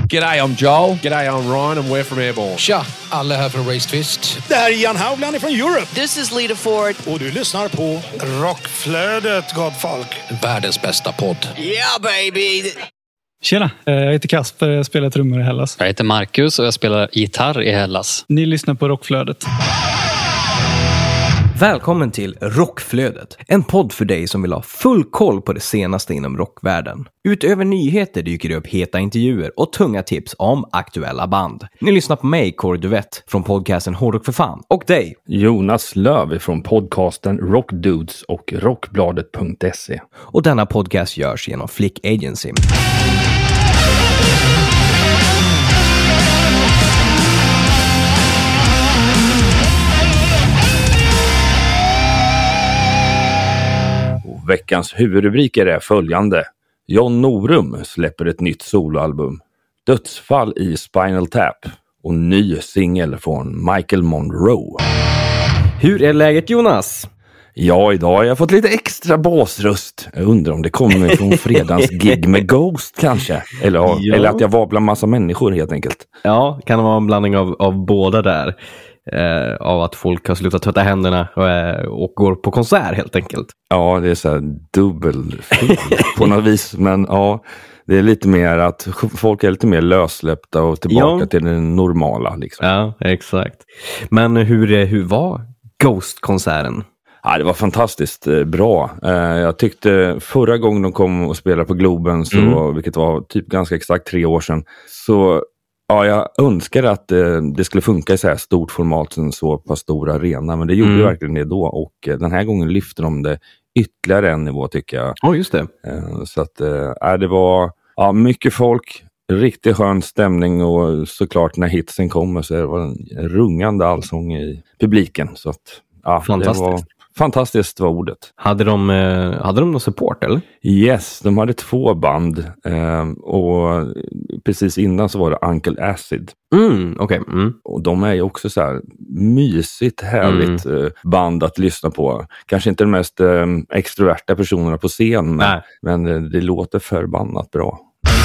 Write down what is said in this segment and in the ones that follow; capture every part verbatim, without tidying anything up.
G'day, I'm Joel. G'day, I'm Ryan and we're from Airborne. Tja, alla här från Race Twist. Det här är Jan Haugland från Europe. This is Lita Ford. Och du lyssnar på Rockflödet, gott folk. Världens bästa podd. Yeah, baby! Tjena, jag heter Kasper och jag spelar trummor i Hellas. Jag heter Marcus och jag spelar gitarr i Hellas. Ni lyssnar på Rockflödet. Välkommen till Rockflödet, en podd för dig som vill ha full koll på det senaste inom rockvärlden. Utöver nyheter dyker det upp heta intervjuer och tunga tips om aktuella band. Ni lyssnar på mig, Kåre Duvett, från podcasten Hårdrock för fan, och dig, Jonas Löv från podcasten Rockdudes och rockbladet punkt se. Och denna podcast görs genom Flick Agency. Veckans huvudrubriker är följande. John Norum släpper ett nytt soloalbum. Dödsfall i Spinal Tap. Och ny singel från Michael Monroe. Hur är läget, Jonas? Ja, idag har jag fått lite extra basröst. Jag undrar om det kommer från fredagens gig med Ghost kanske. Eller, ja. eller att jag var bland massa människor helt enkelt. Ja, kan det vara en blandning av, av båda där. Eh, av att folk har slutat tvätta händerna och, eh, och går på konsert helt enkelt. Ja, det är så här dubbelfel på något vis. Men ja, det är lite mer att folk är lite mer lössläppta och tillbaka ja. till det normala. Liksom. Ja, exakt. Men hur, hur var Ghost-konserten? Ja, det var fantastiskt eh, bra. Eh, jag tyckte förra gången de kom och spelade på Globen, så, mm. vilket var typ ganska exakt tre år sedan, så ja, jag önskade att eh, det skulle funka i så här stort format, en så pass stor arena, men det gjorde mm. verkligen det då, och eh, den här gången lyfte de det ytterligare en nivå tycker jag. Ja, oh, just det. Eh, så att eh, det var ja, mycket folk, riktigt skön stämning, och såklart när hitsen kommer så det var en rungande allsång i publiken, så att ja, fantastiskt. Det var fantastiskt var ordet. Hade de, eh, hade de någon support eller? Yes, de hade två band eh, och precis innan så var det Uncle Acid. Mm, okej. Okay. Mm. Och de är ju också så här mysigt, härligt mm. eh, band att lyssna på. Kanske inte de mest eh, extroverta personerna på scen, men, men eh, det låter förbannat bra.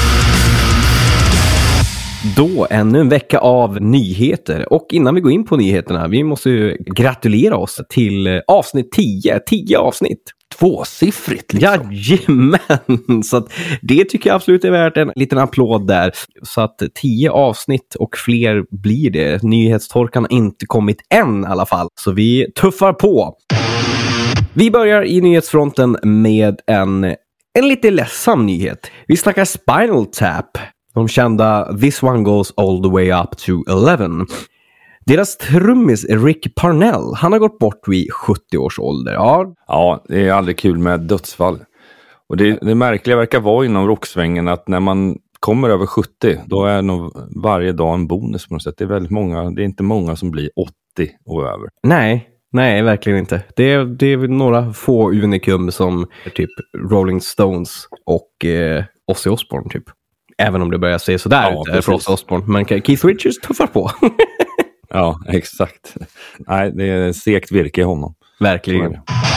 Då ännu en vecka av nyheter, och innan vi går in på nyheterna, vi måste ju gratulera oss till avsnitt tio, tio avsnitt. Tvåsiffrigt liksom. Jajamän, så att det tycker jag absolut är värt en liten applåd där. Så att tio avsnitt och fler blir det. Nyhetstorkan har inte kommit än i alla fall, så vi tuffar på. Vi börjar i nyhetsfronten med en, en lite ledsam nyhet. Vi snackar Spinal Tap. De kända This One Goes All The Way Up To Eleven. Deras trummis Rick Parnell, han har gått bort vid sjuttio års ålder. Ja, ja det är aldrig kul med dödsfall. Och det, det märkliga verkar vara inom rocksvängen att när man kommer över sjuttio, då är nog varje dag en bonus på något sätt. Det är väldigt många, det är inte många som blir åttio och över. Nej, nej verkligen inte. Det är, det är några få unikum som typ Rolling Stones och eh, Ozzy Osbourne typ. Även om det börjar se sådär ja, ut för Ozzy Osbourne. Men Keith Richards tuffar på. Ja, exakt. Nej, det är segt virke i honom. Verkligen.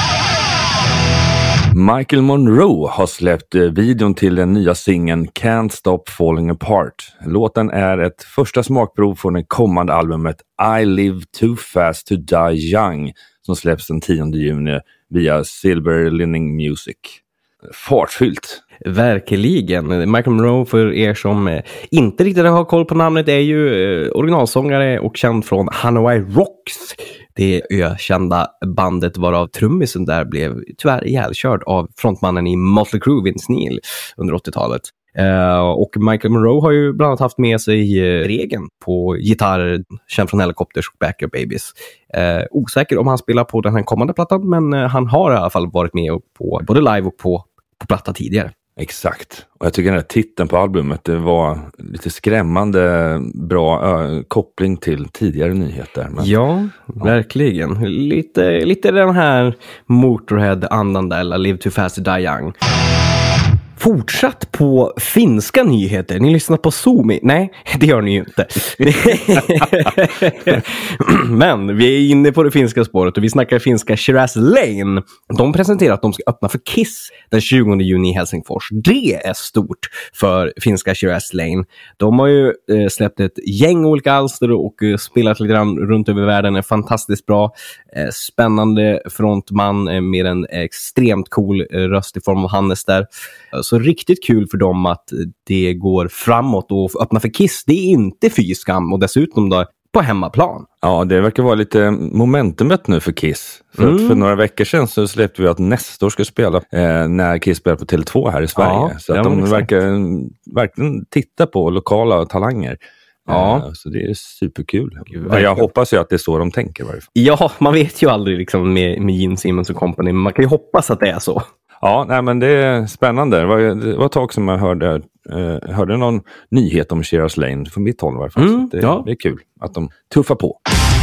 Michael Monroe har släppt videon till den nya singeln Can't Stop Falling Apart. Låten är ett första smakprov från det kommande albumet I Live Too Fast To Die Young, som släpps den tionde juni via Silver Lining Music. Fartfyllt. Verkligen. Michael Monroe, för er som inte riktigt har koll på namnet, är ju originalsångare och känd från Hanoi Rocks. Det ökända bandet varav trummisen där blev tyvärr ihjälkörd av frontmannen i Motley Crue, Vince Neil, under åttiotalet. Uh, och Michael Monroe har ju bland annat haft med sig uh, regeln på gitarr, känd från Helicopters och Backyard Babies. Uh, osäker om han spelar på den här kommande plattan, men uh, han har i alla fall varit med på både live och på, på platta tidigare. Exakt. Och jag tycker den här titeln på albumet, det var lite skrämmande bra ö, koppling till tidigare nyheter. Men, ja, ja, verkligen. Lite, lite den här Motorhead-andan där, Live Too Fast To Die Young. Fortsatt på finska nyheter. Ni lyssnar på Zoomi. Nej, det gör ni ju inte. Men vi är inne på det finska spåret och vi snackar finska Shiraz Lane. De presenterar att de ska öppna för Kiss den tjugonde juni i Helsingfors. Det är stort för finska Shiraz Lane. De har ju eh, släppt ett gäng olika alster och eh, spelat lite grann runt över världen. Är fantastiskt bra. Eh, spännande frontman eh, med en extremt cool eh, röst i form av Hannes där. Så riktigt kul för dem att det går framåt och öppna för Kiss. Det är inte fy skam och dessutom då på hemmaplan. Ja, det verkar vara lite momentumet nu för Kiss. För, mm. att för några veckor sedan så släppte vi att Nestor ska spela eh, när Kiss spelar på Tele två här i Sverige. Ja, så att de verkar verkligen titta på lokala talanger. Ja. Eh, så det är superkul. Verkligen. Jag hoppas ju att det är så de tänker i varje fall. Ja, man vet ju aldrig liksom med, med Gene Simmons och company, men man kan ju hoppas att det är så. Ja, nej, men det är spännande. Det var, det var ett tag som jag hörde, eh, hörde någon nyhet om Shiraz Lane från mitt håll i varje fall. Mm, det, ja. det är kul att de tuffar på.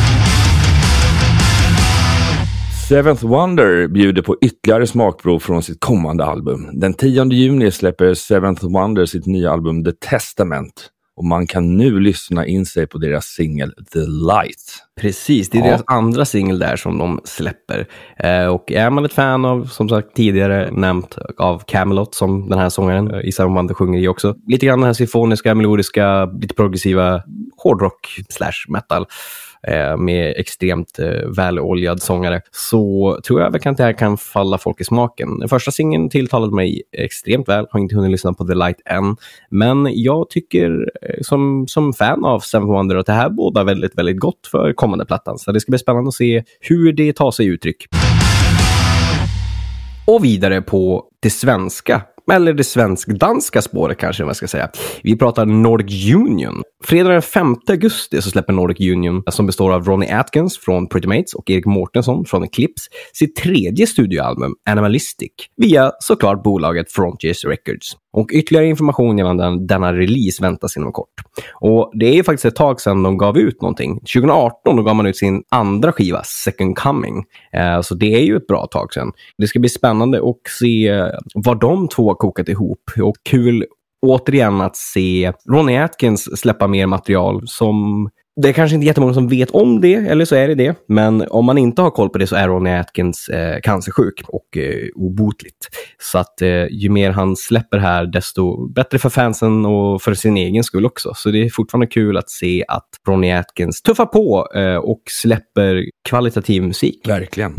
Seventh Wonder bjuder på ytterligare smakprov från sitt kommande album. Den tionde juni släpper Seventh Wonder sitt nya album The Testament. Och man kan nu lyssna in sig på deras singel The Light. Precis, det är ja. deras andra singel där som de släpper. Eh, och är man ett fan av, som sagt tidigare nämnt, av Camelot som den här sångaren i Seventh Wonder sjunger i också. Lite grann den här symfoniska, melodiska, lite progressiva hårdrock slash metal. Med extremt eh, väloljad sångare, så tror jag väl att det här kan falla folk i smaken. Den första singeln tilltalade mig extremt väl, har inte hunnit lyssna på The Light än, men jag tycker eh, som, som fan av Seventh Wonder att det här båda väldigt, väldigt gott för kommande plattan, så det ska bli spännande att se hur det tar sig uttryck. Och vidare på det svenska, eller det svensk-danska spåret kanske man ska säga. Vi pratar Nordic Union. Fredag den femte augusti så släpper Nordic Union, som består av Ronnie Atkins från Pretty Mates och Erik Mårtensson från Eclipse, sitt tredje studioalbum Animalistic via såklart bolaget Frontiers Records. Och ytterligare information gällande denna release väntas inom kort. Och det är ju faktiskt ett tag sedan de gav ut någonting. tjugo arton då gav man ut sin andra skiva, Second Coming. Eh, så det är ju ett bra tag sedan. Det ska bli spännande att se vad de två har kokat ihop. Och kul återigen att se Ronnie Atkins släppa mer material som... Det är kanske inte jättemånga som vet om det, eller så är det det. Men om man inte har koll på det så är Ronnie Atkins eh, cancersjuk och eh, obotligt. Så att eh, ju mer han släpper här, desto bättre för fansen och för sin egen skull också. Så det är fortfarande kul att se att Ronnie Atkins tuffar på eh, och släpper kvalitativ musik. Verkligen.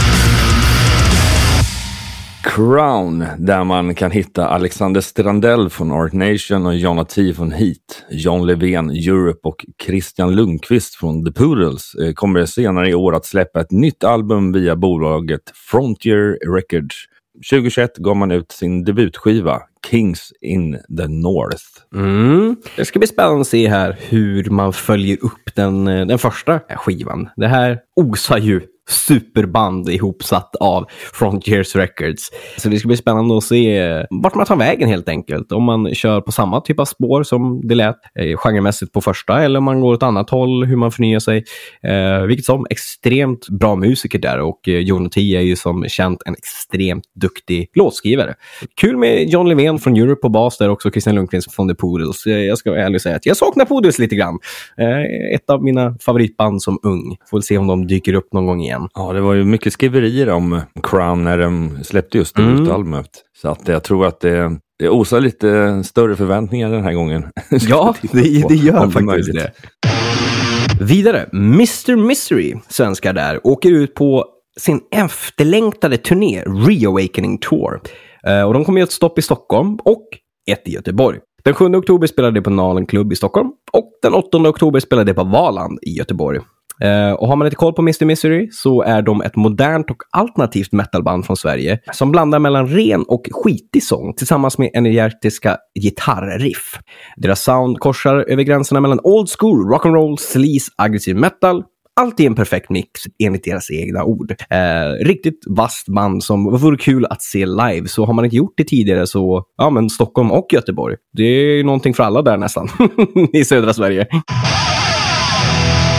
Crown, där man kan hitta Alexander Strandell från Art Nation och Jonna T från Heat, John Levén, Europe och Christian Lundqvist från The Poodles kommer senare i år att släppa ett nytt album via bolaget Frontier Records. tjugohundratjugoett gav man ut sin debutskiva Kings in the North. Mm. Det ska bli spännande att se här hur man följer upp den, den första skivan. Det här osar ju superband ihopsatt av Frontiers Records. Så det ska bli spännande att se vart man tar vägen helt enkelt. Om man kör på samma typ av spår som det lät eh, genremässigt på första, eller om man går åt annat håll, hur man förnyar sig. Eh, vilket som extremt bra musiker där, och eh, Jon T är ju som känt en extremt duktig låtskrivare. Kul med John Levén från Europe på bas där också, Christian Lundqvist från The Poodles. Eh, jag ska ärligt säga att jag saknar Poodles lite grann. Eh, ett av mina favoritband som ung. Får väl se om de dyker upp någon gång igen. Ja, det var ju mycket skriverier om Crown när de släppte just det mm. albumet. Så att jag tror att det, det osar lite större förväntningar den här gången. Ja, det, det gör faktiskt möjligt. Det. Vidare, mister Misery, svenskar där, åker ut på sin efterlängtade turné, Reawakening Tour. Uh, och de kommer göra ett stopp i Stockholm och ett i Göteborg. Den sjunde oktober spelade de på Nalen Club i Stockholm och den åttonde oktober spelade de på Valand i Göteborg. Uh, och har man inte koll på mister Misery så är de ett modernt och alternativt metalband från Sverige som blandar mellan ren och skitig sång tillsammans med energetiska gitarriff. Deras sound korsar över gränserna mellan old school, rock'n'roll, sleaze, aggressiv metal. Allt är en perfekt mix enligt deras egna ord. Uh, riktigt vast band som vore kul att se live. Så har man inte gjort det tidigare så, ja men Stockholm och Göteborg. Det är någonting för alla där nästan i södra Sverige.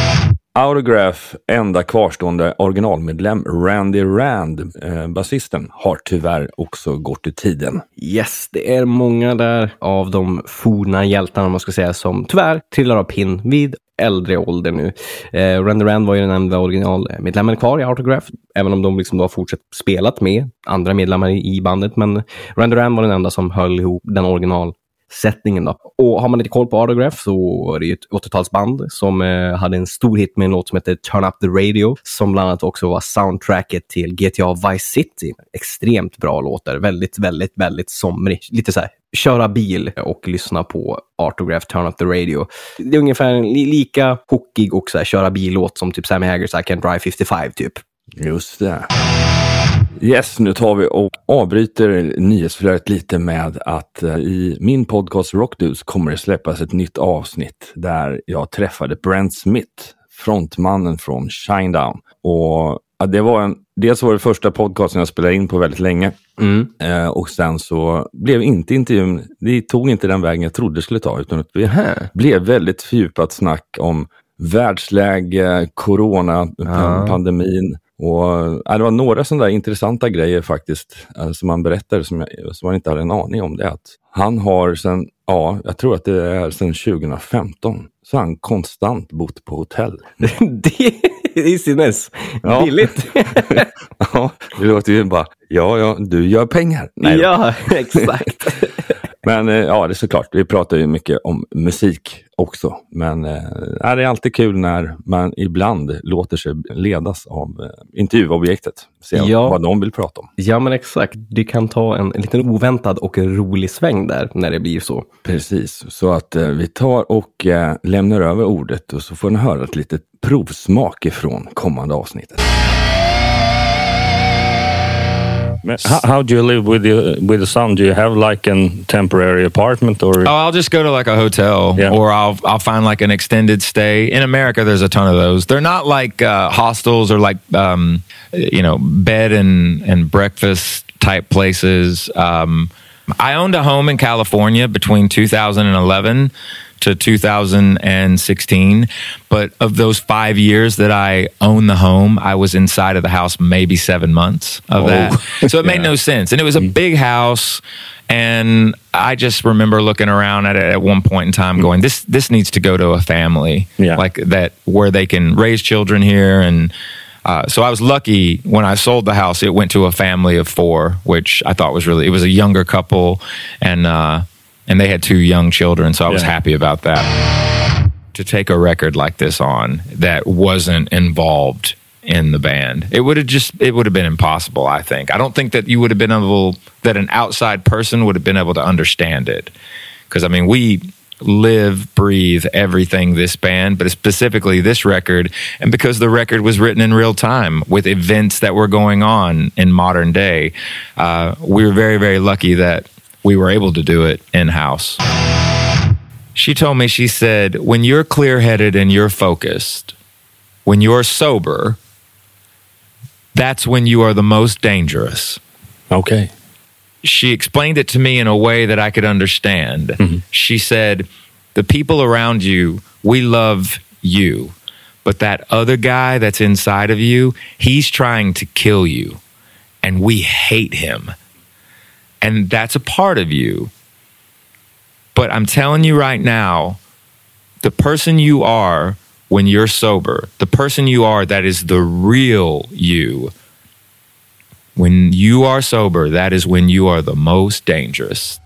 Autograph, enda kvarstående originalmedlem Randy Rand, eh, basisten, har tyvärr också gått i tiden. Yes, det är många där av de forna hjältarna, man ska säga, som tyvärr trillar av pinn vid äldre ålder nu. Eh, Randy Rand var ju den enda originalmedlemmen kvar i Autograph, även om de liksom då har fortsatt spelat med andra medlemmar i, i bandet, men Randy Rand var den enda som höll ihop den original sättningen då. Och har man lite koll på Autograph så är det ju ett åttiotalsband som eh, hade en stor hit med en låt som heter Turn Up The Radio, som bland annat också var soundtracket till G T A Vice City. Extremt bra låtar, väldigt, väldigt, väldigt somrig. Lite så här, köra bil och lyssna på Autograph Turn Up The Radio. Det är ungefär en li- lika hookig och så här, köra bil-låt som typ Sammy Haggars I Can Drive femtiofem typ. Just det. Yes, nu tar vi och avbryter nyhetsflödet lite med att uh, i min podcast Rock Dudes kommer det släppas ett nytt avsnitt där jag träffade Brent Smith, frontmannen från Shinedown. Och uh, det var en, dels var det första podcasten jag spelade in på väldigt länge. Mm. Uh, och sen så blev inte intervjun, det tog inte den vägen jag trodde det skulle ta, utan att vi blev väldigt fördjupat snack om världsläge, corona, ja. pandemin. Och ja, det var några sådana där intressanta grejer faktiskt äh, som han berättade som, jag, som man inte hade en aning om. Det att han har sen, ja, jag tror att det är sen tjugohundrafemton så han konstant bott på hotell. Det är sinnes. Ja. Billigt. Ja, det låter ju bara, ja, ja, du gör pengar. Nej, ja, exakt. Men ja, det är såklart. Vi pratar ju mycket om musik också. Men äh, det är alltid kul när man ibland låter sig ledas av äh, intervjuobjektet. Se ja. vad de vill prata om. Ja, men exakt. Det kan ta en, en liten oväntad och en rolig sväng där när det blir så. Precis. Så att äh, vi tar och äh, lämnar över ordet och så får ni höra ett litet provsmak ifrån kommande avsnittet. How, how do you live with the with the son? Do you have like a temporary apartment or? Oh, I'll just go to like a hotel, yeah. or I'll I'll find like an extended stay. In America, there's a ton of those. They're not like uh, hostels or like um, you know, bed and and breakfast type places. Um, I owned a home in California between two thousand eleven to two thousand sixteen, but of those five years that I owned the home, I was inside of the house maybe seven months of oh. that. So it made yeah. no sense. And it was a big house, and I just remember looking around at it at one point in time going, this this needs to go to a family, yeah. like that, where they can raise children here. And uh, so I was lucky when I sold the house, it went to a family of four, which I thought was really, it was a younger couple, and uh, and they had two young children, so I was yeah. happy about that. To take a record like this on that wasn't involved in the band, it would have just, it would have been impossible, I think. I don't think that you would have been able, that an outside person would have been able to understand it. Because, I mean, we live, breathe everything this band, but specifically this record, and because the record was written in real time with events that were going on in modern day, uh, we were very, very lucky that we were able to do it in-house. She told me, she said, when you're clear-headed and you're focused, when you're sober, that's when you are the most dangerous. Okay. She explained it to me in a way that I could understand. Mm-hmm. She said, the people around you, we love you, but that other guy that's inside of you, he's trying to kill you, and we hate him. And that's a part of you. But I'm telling you right now, the person you are when you're sober, the person you are that is the real you, when you are sober, that is when you are the most dangerous.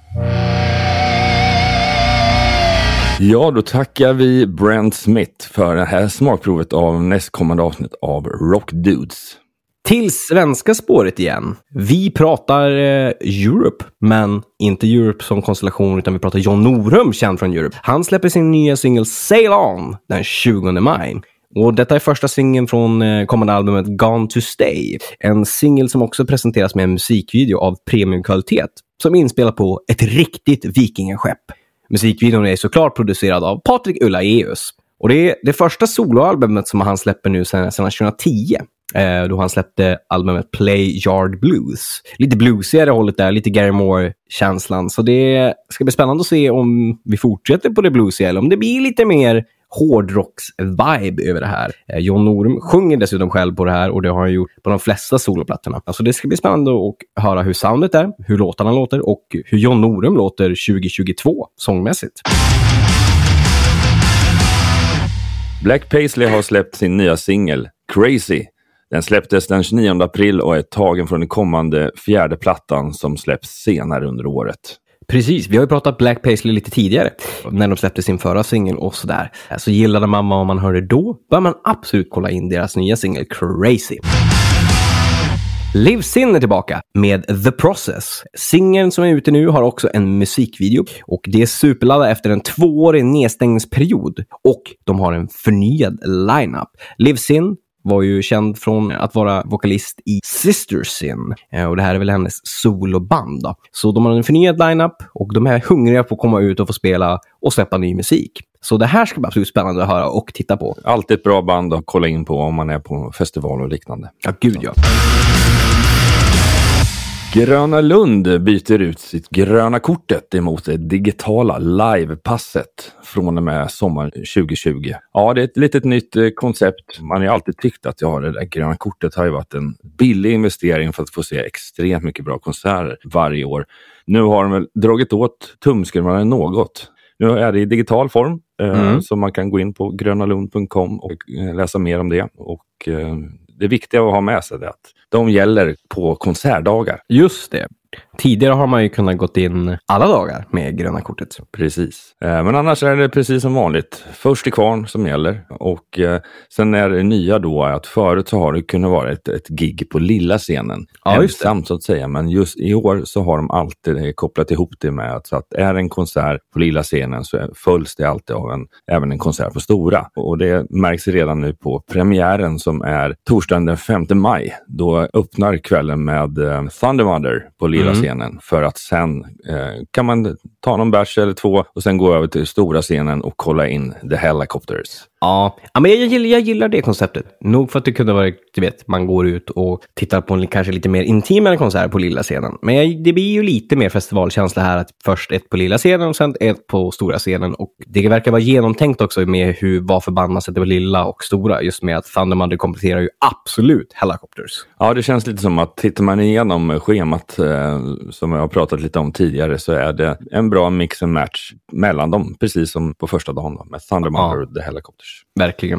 Ja, då tackar vi Brent Smith för det här smakprovet av nästkommande avsnitt av Rock Dudes. Till svenska spåret igen. Vi pratar eh, Europe, men inte Europe som konstellation, utan vi pratar John Norum, känd från Europe. Han släpper sin nya singel Sail On den tjugonde maj. Och detta är första singeln från eh, kommande albumet Gone to Stay. En singel som också presenteras med en musikvideo av premiumkvalitet som inspelar på ett riktigt vikingaskepp. Musikvideon är såklart producerad av Patrik Ullaeus. Och det är det första soloalbumet som han släpper nu sedan, sedan tjugohundratio. Eh, då han släppte albumet Play Yard Blues. Lite bluesigare hållet där, lite Gary Moore-känslan. Så det ska bli spännande att se om vi fortsätter på det bluesiga eller om det blir lite mer hårdrocks-vibe över det här. Eh, John Norum sjunger dessutom själv på det här och det har han gjort på de flesta soloplattorna. Alltså det ska bli spännande att höra hur soundet är, hur låtarna låter och hur John Norum låter tjugo tjugotvå sångmässigt. Black Paisley har släppt sin nya singel Crazy. Den släpptes den tjugonionde april och är tagen från den kommande fjärde plattan som släpps senare under året. Precis, vi har ju pratat Black Paisley lite tidigare när de släppte sin förra singel och sådär. Så gillade man vad man hörde då, bör man absolut kolla in deras nya singel Crazy. Livsin är tillbaka med The Process. Singeln som är ute nu har också en musikvideo och det är superladdat efter en tvåårig nedstängningsperiod och de har en förnyad lineup. Livsin var ju känd från att vara vokalist i Sister Sin. Och det här är väl hennes soloband då. Så de har en förnyad lineup och de är hungriga på att komma ut och få spela och släppa ny musik. Så det här ska bli absolut spännande att höra och titta på. Alltid ett bra band att kolla in på om man är på festival och liknande. Ja, gud ja. Gröna Lund byter ut sitt gröna kortet emot det digitala livepasset från och med sommaren tjugo tjugo. Ja, det är ett litet nytt koncept. Man har ju alltid tyckt att ja, det där gröna kortet har ju varit en billig investering för att få se extremt mycket bra konserter varje år. Nu har de väl dragit åt tumskruvarna något. Nu är det i digital form, mm. eh, så man kan gå in på gröna lund punkt com och eh, läsa mer om det. Och eh, det viktiga att ha med sig är att de gäller på konsertdagar. Just det. Tidigare har man ju kunnat gått in alla dagar med gröna kortet. Precis. Eh, men annars är det precis som vanligt. Först till kvarn som gäller. Och eh, sen är det nya då att förut så har det kunnat vara ett, ett gig på lilla scenen. Ja, ensamt så att säga. Men just i år så har de alltid kopplat ihop det med att, så att är det en konsert på lilla scenen så följs det alltid av en, även en konsert på stora. Och det märks redan nu på premiären som är torsdagen den femte maj. Då öppnar kvällen med eh, Thunder Mother på lilla mm. scenen. För att sen eh, kan man ta någon bärs eller två och sen gå över till stora scenen och kolla in The Helicopters. Ja, ja men jag gillar, jag gillar det konceptet. Nog för att det kunde vara, du vet, man går ut och tittar på en kanske lite mer intimare konsert på lilla scenen. Men jag, det blir ju lite mer festivalkänsla här att först ett på lilla scenen och sen ett på stora scenen. Och det verkar vara genomtänkt också med hur, vad förband man sätter på lilla och stora. Just med att Thunder Mother kompletterar ju absolut Helicopters. Ja, det känns lite som att tittar man igenom schemat eh, som jag har pratat lite om tidigare så är det en bra mix and match mellan dem. Precis som på första dagen då, med Thunder Mother och ja. The Helicopters. Verkligen.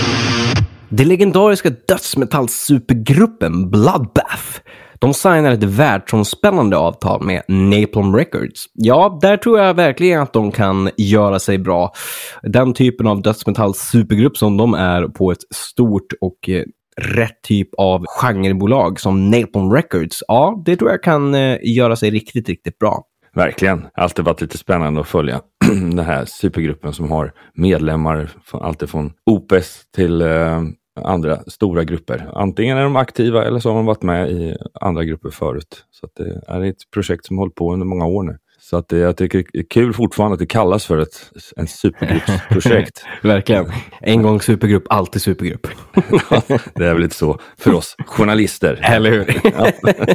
Det legendariska dödsmetall-supergruppen Bloodbath. De signar ett världsomspännande avtal med Napalm Records. Ja, där tror jag verkligen att de kan göra sig bra. Den typen av dödsmetall-supergrupp som de är på ett stort och eh, rätt typ av genrebolag som Napalm Records. Ja, det tror jag kan eh, göra sig riktigt, riktigt bra. Verkligen. Alltid varit lite spännande att följa den här supergruppen som har medlemmar från, alltid från O P E S till eh, andra stora grupper. Antingen är de aktiva eller så har de varit med i andra grupper förut. Så att det är ett projekt som hållit på under många år nu. Så att det, jag tycker det är kul fortfarande att det kallas för ett en supergruppsprojekt. Verkligen. En gång supergrupp, alltid supergrupp. Ja, det är väl lite så för oss journalister. Eller hur? Ja.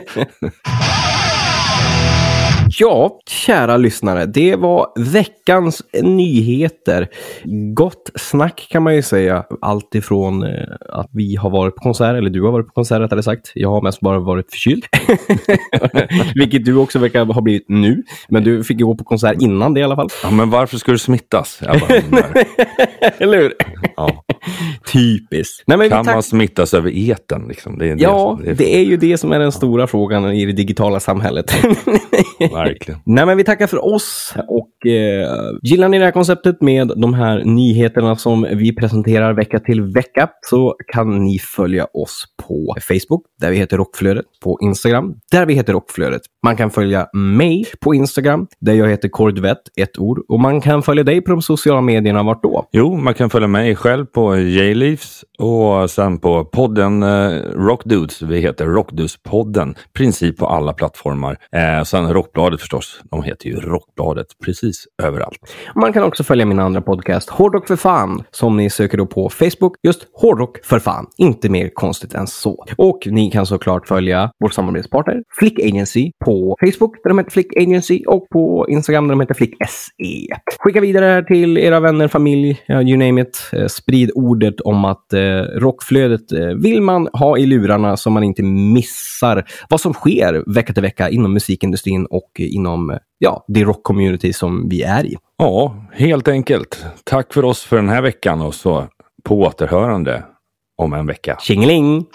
Ja, kära lyssnare, det var veckans nyheter. Gott snack kan man ju säga. Allt ifrån eh, att vi har varit på konsert, eller du har varit på konsert rättare sagt. Jag har mest bara varit förkyld. Vilket du också verkar ha blivit nu. Men du fick ju gå på konsert innan det i alla fall. Ja, men varför ska du smittas? Jag bara eller hur? Ja. Typiskt. Nej, men kan tack- man smittas över eten? Liksom? Det är ja, det, är... det är ju det som är den stora frågan i det digitala samhället. Verkligen. Nej, men vi tackar för oss och eh, gillar ni det här konceptet med de här nyheterna som vi presenterar vecka till vecka så kan ni följa oss på Facebook där vi heter Rockflödet, på Instagram där vi heter Rockflödet. Man kan följa mig på Instagram där jag heter Kordvett, ett ord, och man kan följa dig på de sociala medierna. Vart då? Jo, man kan följa mig själv på J-Leafs och sen på podden eh, Rockdudes. Vi heter Rockdudes-podden, princip på alla plattformar. Eh, sen Rockbladet Rockbladet förstås. De heter ju Rockbladet precis överallt. Man kan också följa min andra podcast Hårdrock för fan, som ni söker då på Facebook. Just Hårdrock för fan. Inte mer konstigt än så. Och ni kan såklart följa vår samarbetspartner Flick Agency på Facebook där de heter Flick Agency och på Instagram där de heter Flick S E. Skicka vidare här till era vänner, familj, ja, you name it. Eh, sprid ordet om att eh, rockflödet eh, vill man ha i lurarna så man inte missar vad som sker vecka till vecka inom musikindustrin och inom ja, det rock-community som vi är i. Ja, helt enkelt. Tack för oss för den här veckan och så på återhörande om en vecka. Tjingeling!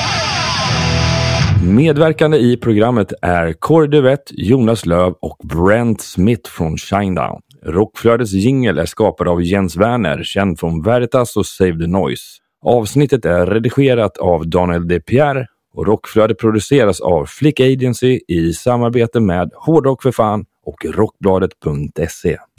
Medverkande i programmet är Corey Duvett, Jonas Löv och Brent Smith från Shinedown. Rockflödets jingle är skapad av Jens Werner, känd från Veritas och Save the Noise. Avsnittet är redigerat av Daniel De Pierre och Rockflödet produceras av Flick Agency i samarbete med Hårdrock för fan och rockbladet punkt se.